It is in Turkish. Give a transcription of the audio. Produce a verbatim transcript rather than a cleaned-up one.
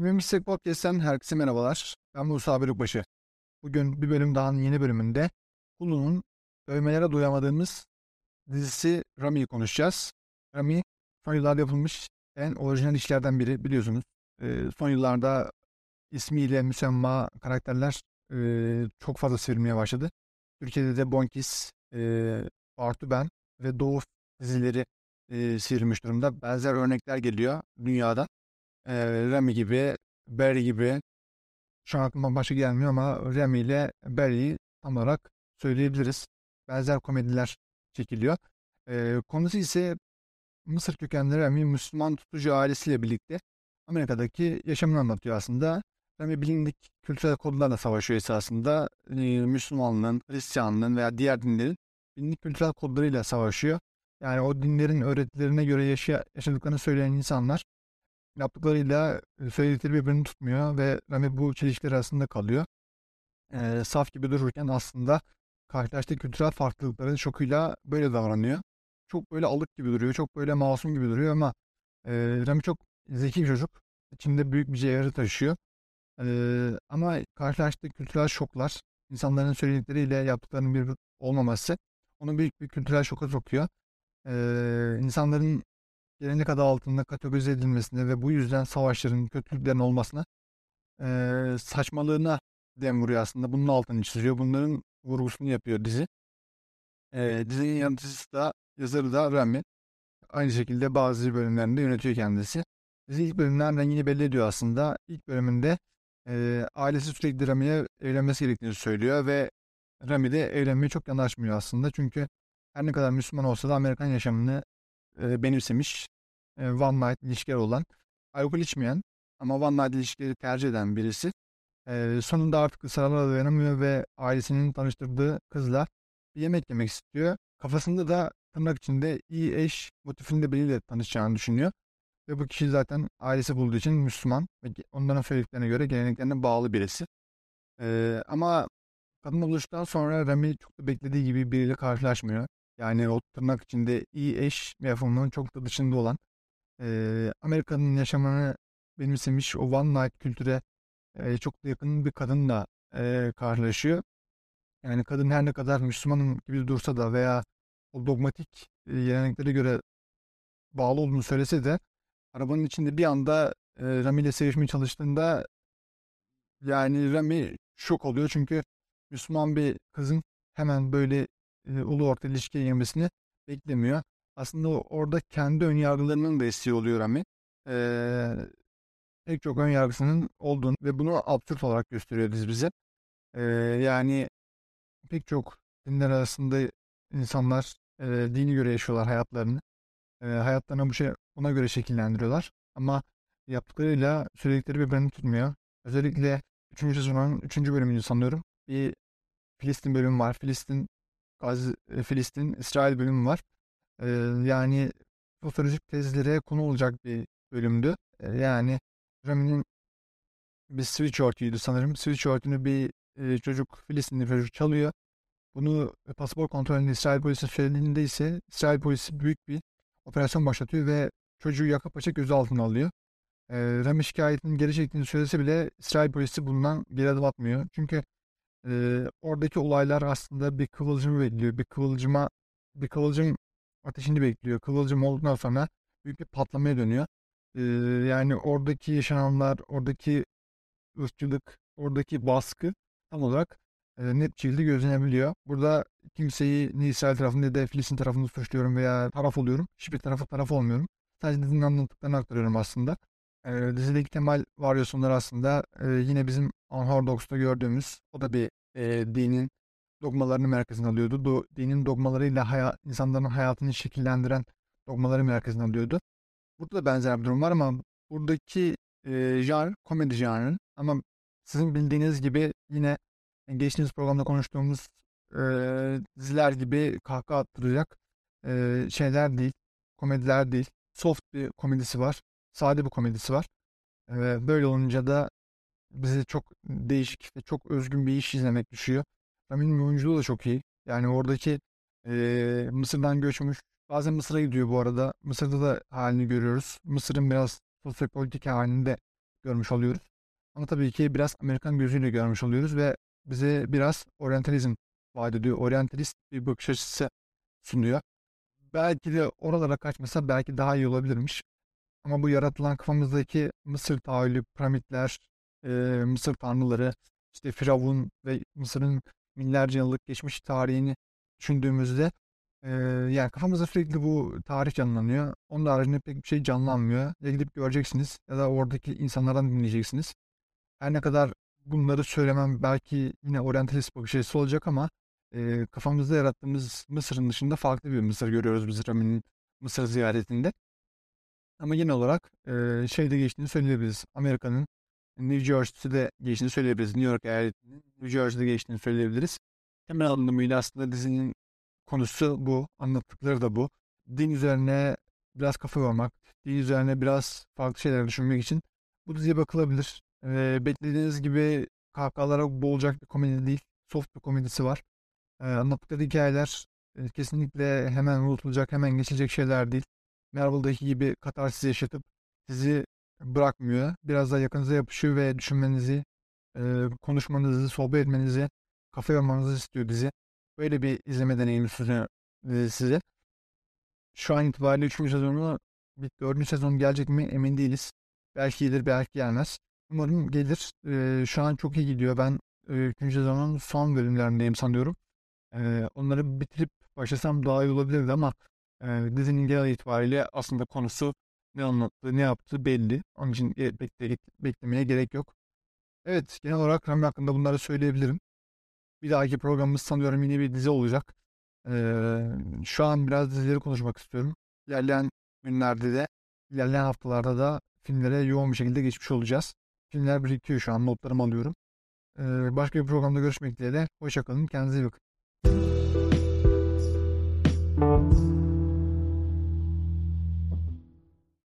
Filmin Mistek Podcast'ten herkese merhabalar. Ben Musa Bölükbaşı. Bugün bir bölüm daha yeni bölümünde Hulu'nun övmelere doyamadığımız dizisi Rami'yi konuşacağız. Rami son yıllarda yapılmış en orijinal işlerden biri biliyorsunuz. Ee, son yıllarda ismiyle müsemma karakterler e, çok fazla sevilmeye başladı. Türkiye'de de Bonkis, e, Bartu Ben ve Doğu dizileri e, sevilmiş durumda. Benzer örnekler geliyor dünyadan. Ee, Rami gibi, Barry gibi. Şu an aklıma başka gelmiyor ama Remy ile Barry'i tam olarak söyleyebiliriz. Benzer komediler çekiliyor. Ee, konusu ise Mısır kökenli Remy Müslüman tutucu ailesiyle birlikte Amerika'daki yaşamını anlatıyor aslında. Remy bilindik kültürel kodlarla savaşıyor esasında. Ee, Müslümanlığın, Hristiyanlığın veya diğer dinlerin bilindik kültürel kodlarıyla savaşıyor. Yani o dinlerin öğretilerine göre yaşa yaşadıklarını söyleyen insanlar yaptıklarıyla e, söyledikleri birbirini tutmuyor ve Rami bu çelişkiler arasında kalıyor. Ee, saf gibi dururken aslında karşılaştığı kültürel farklılıkların şokuyla böyle davranıyor. Çok böyle alık gibi duruyor, çok böyle masum gibi duruyor ama e, Rami çok zeki bir çocuk. İçinde büyük bir cevheri taşıyor. Ee, ama karşılaştığı kültürel şoklar, insanların söyledikleriyle yaptıklarının bir olmaması onu büyük bir kültürel şoka sokuyor. Ee, insanların gelenek adı altında kategorize edilmesine ve bu yüzden savaşların, kötülüklerin olmasına, eee, saçmalığına dem vuruyor aslında. Bunun altını çiziyor. Bunların vurgusunu yapıyor dizi. Eee, dizinin yaratıcısı da, yazarı da Rami. Aynı şekilde bazı bölümlerinde yönetiyor kendisi. Dizi ilk bölümden rengini belli ediyor aslında. İlk bölümünde eee, ailesi sürekli Rami'ye evlenmesi gerektiğini söylüyor ve Rami de evlenmeye çok yanaşmıyor aslında. Çünkü her ne kadar Müslüman olsa da Amerikan yaşamını e, benimsemiş, e, one night ilişkiler olan, alkol içmeyen ama one night ilişkileri tercih eden birisi. E, sonunda artık ısrarlara dayanamıyor ve ailesinin tanıştırdığı kızla bir yemek yemek istiyor. Kafasında da tırnak içinde iyi eş motifinde biriyle tanışacağını düşünüyor. Ve bu kişi zaten ailesi bulduğu için Müslüman ve ge- onların söylediklerine göre geleneklerine bağlı birisi. E, ama kadınla buluştuktan sonra Rami çok da beklediği gibi biriyle karşılaşmıyor. Yani o tırnak içinde iyi eş mefhumunun çok da dışında olan eee, Amerika'nın yaşamını benimsemiş o one night kültüre eee, çok da yakın bir kadınla eee, karşılaşıyor. Yani kadın her ne kadar Müslümanım gibi dursa da veya o dogmatik e, geleneklere göre bağlı olduğunu söylese de arabanın içinde bir anda e, Rami ile sevişmeye çalıştığında yani Rami şok oluyor çünkü Müslüman bir kızın hemen böyle e, ulu orta ilişkiye girmesini beklemiyor. Aslında o- orada kendi ön yargılarının da esiyor oluyor Rami. Ee, Pek çok ön yargısının olduğunu ve bunu absürt olarak gösteriyor dizi bize. Ee, Yani pek çok dinler arasında insanlar e, dini göre yaşıyorlar hayatlarını. E, hayatlarını bu şey buna göre şekillendiriyorlar. Ama yaptıklarıyla söyledikleri birbirini tutmuyor. Özellikle üçüncü sezonun üçüncü bölümünü sanıyorum. Bir Filistin bölümü var. Filistin, Gaz, e, Filistin, İsrail bölümü var. E, Yani sosyolojik tezlere konu olacak bir bölümdü. E, yani Rami'nin bir sweatshirt'üydü sanırım. Sweatshirt'ünü bir e, çocuk, Filistinli bir çocuk çalıyor. Bunu e, pasaport kontrolünde İsrail polisi söylediğinde ise İsrail polisi büyük bir operasyon başlatıyor ve çocuğu yaka paça gözaltına alıyor. E, Rami şikayetinin geri çektiğini söylese bile İsrail polisi bundan geri adım atmıyor. Çünkü e, oradaki olaylar aslında bir kıvılcımı bekliyor. Bir kıvılcıma, bir kıvılcım ateşini bekliyor. Kıvılcım olduktan sonra büyük bir patlamaya dönüyor. E, Yani oradaki yaşananlar, oradaki ırkçılık, oradaki baskı tam olarak e, net bir şekilde gözlenebiliyor. Burada kimseyi ne İsrail tarafını ne de Filistin tarafını suçluyorum veya taraf oluyorum. Hiçbir tarafa taraf olmuyorum. Sadece dizinin anlattıklarını aktarıyorum aslında. E, dizideki temel varyasyonlar aslında e, yine bizim Unorthodox'ta gördüğümüz, o da bir e, dinin dogmalarını merkezine alıyordu. Do, dinin dogmalarıyla haya, insanların hayatını şekillendiren dogmaları merkezine alıyordu. Burada da benzer bir durum var ama buradaki e, janr komedi janrı ama sizin bildiğiniz gibi yine geçtiğimiz programda konuştuğumuz e, diziler gibi kahkaha attıracak e, şeyler değil, komediler değil. Soft bir komedisi var, sade bir komedisi var. E, böyle olunca da bize çok değişik ve çok özgün bir iş izlemek düşüyor. Ramin'in oyunculuğu da çok iyi. Yani oradaki eee, Mısır'dan göçmüş. Bazen Mısır'a gidiyor bu arada. Mısır'da da halini görüyoruz. Mısır'ın biraz sosyopolitik halini de görmüş oluyoruz. Ama tabii ki biraz Amerikan gözüyle görmüş oluyoruz ve bize biraz oryantalizm vaat ediyor. Oryantalist bir bakış açısı sunuyor. Belki de oralara kaçmasa belki daha iyi olabilirmiş. Ama bu yaratılan kafamızdaki Mısır tahayyülü, piramitler, e, Mısır tanrıları, işte Firavun ve Mısır'ın binlerce yıllık geçmiş tarihini düşündüğümüzde e, yani kafamızda sürekli bu tarih canlanıyor. Onun haricinde pek bir şey canlanmıyor. Ya gidip göreceksiniz ya da oradaki insanlardan dinleyeceksiniz. Her ne kadar bunları söylemem belki yine oryantalist bakış açısı olacak ama e, kafamızda yarattığımız Mısır'ın dışında farklı bir Mısır görüyoruz biz Rami'nin Mısır ziyaretinde. Ama genel olarak e, şeyde geçtiğini söyleyebiliriz. Amerika'nın New Jersey'de geçtiğini söyleyebiliriz. New York eyaletinin New Jersey'de geçtiğini söyleyebiliriz. Temel anlamıyla aslında dizinin konusu bu. Anlattıkları da bu. Din üzerine biraz kafa yormak, din üzerine biraz farklı şeyler düşünmek için bu diziye bakılabilir. E, beklediğiniz gibi kahkahalara boğulacak bir komedi değil. Soft bir komedisi var. E, anlattıkları hikayeler e, kesinlikle hemen unutulacak, hemen geçilecek şeyler değil. Marvel'daki gibi katarsis yaşatıp sizi bırakmıyor. Biraz daha yakınıza yapışıyor ve düşünmenizi, e, konuşmanızı, sohbet etmenizi, kafa yormanızı istiyor dizi. Böyle bir izleme deneyimi sunuyor e, size. Şu an itibariyle üçüncü sezonu, bir dördüncü sezon gelecek mi emin değiliz. Belki gelir, belki gelmez. Umarım gelir. E, şu an çok iyi gidiyor. Ben e, üçüncü sezonun son bölümlerindeyim sanıyorum. Ee, onları bitirip başlasam daha iyi olabilirdi ama e, dizinin genel itibariyle aslında konusu ne anlattığı, ne yaptığı belli. Onun için ge- bekle- beklemeye gerek yok. Evet, genel olarak Rami hakkında bunları söyleyebilirim. Bir dahaki programımız sanıyorum yine bir dizi olacak. Ee, şu an biraz dizileri konuşmak istiyorum. İlerleyen günlerde de, ilerleyen haftalarda da filmlere yoğun bir şekilde geçmiş olacağız. Filmler birikiyor şu an, notlarımı alıyorum. Ee, başka bir programda görüşmek dileğiyle. Hoşça kalın, kendinize iyi bakın.